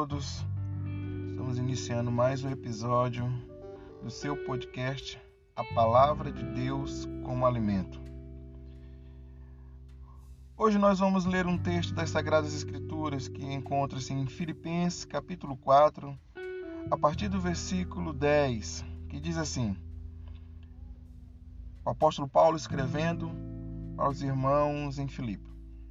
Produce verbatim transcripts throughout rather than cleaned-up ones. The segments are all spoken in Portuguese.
todos. Estamos iniciando mais um episódio do seu podcast, A Palavra de Deus como Alimento. Hoje nós vamos ler um texto das Sagradas Escrituras que encontra-se em Filipenses, capítulo quatro, a partir do versículo dez, que diz assim: o apóstolo Paulo escrevendo para os irmãos em Filipe.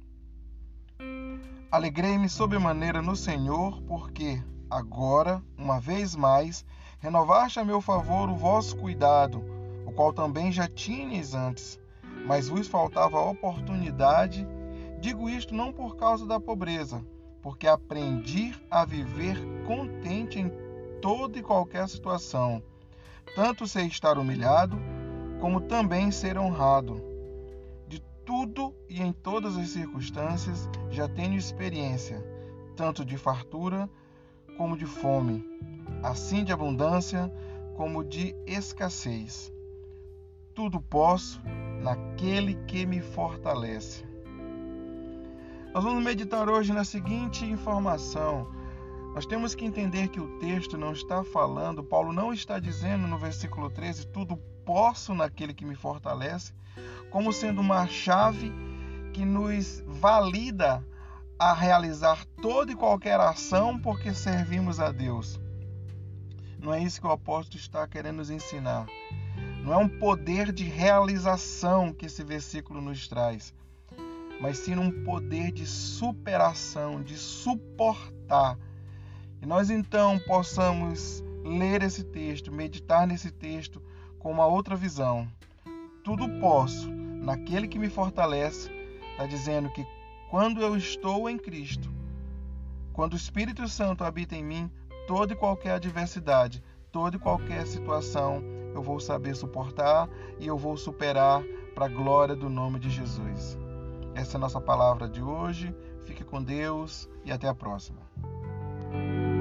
Alegrei-me sobremaneira no Senhor, porque agora, uma vez mais, renovaste a meu favor o vosso cuidado, o qual também já tinhas antes, mas vos faltava a oportunidade. Digo isto não por causa da pobreza, porque aprendi a viver contente em toda e qualquer situação, tanto sei estar humilhado, como também ser honrado. Tudo e em todas as circunstâncias já tenho experiência, tanto de fartura como de fome, assim de abundância como de escassez. Tudo posso naquele que me fortalece. Nós vamos meditar hoje na seguinte informação. Nós temos que entender que o texto não está falando, Paulo não está dizendo no versículo treze, tudo posso naquele que me fortalece, como sendo uma chave que nos valida a realizar toda e qualquer ação porque servimos a Deus. Não é isso que o apóstolo está querendo nos ensinar. Não é um poder de realização que esse versículo nos traz, mas sim um poder de superação, de suportar. E nós então possamos ler esse texto, meditar nesse texto com uma outra visão. Tudo posso naquele que me fortalece. Está dizendo que quando eu estou em Cristo, quando o Espírito Santo habita em mim, toda e qualquer adversidade, toda e qualquer situação, eu vou saber suportar e eu vou superar para a glória do nome de Jesus. Essa é a nossa palavra de hoje. Fique com Deus e até a próxima.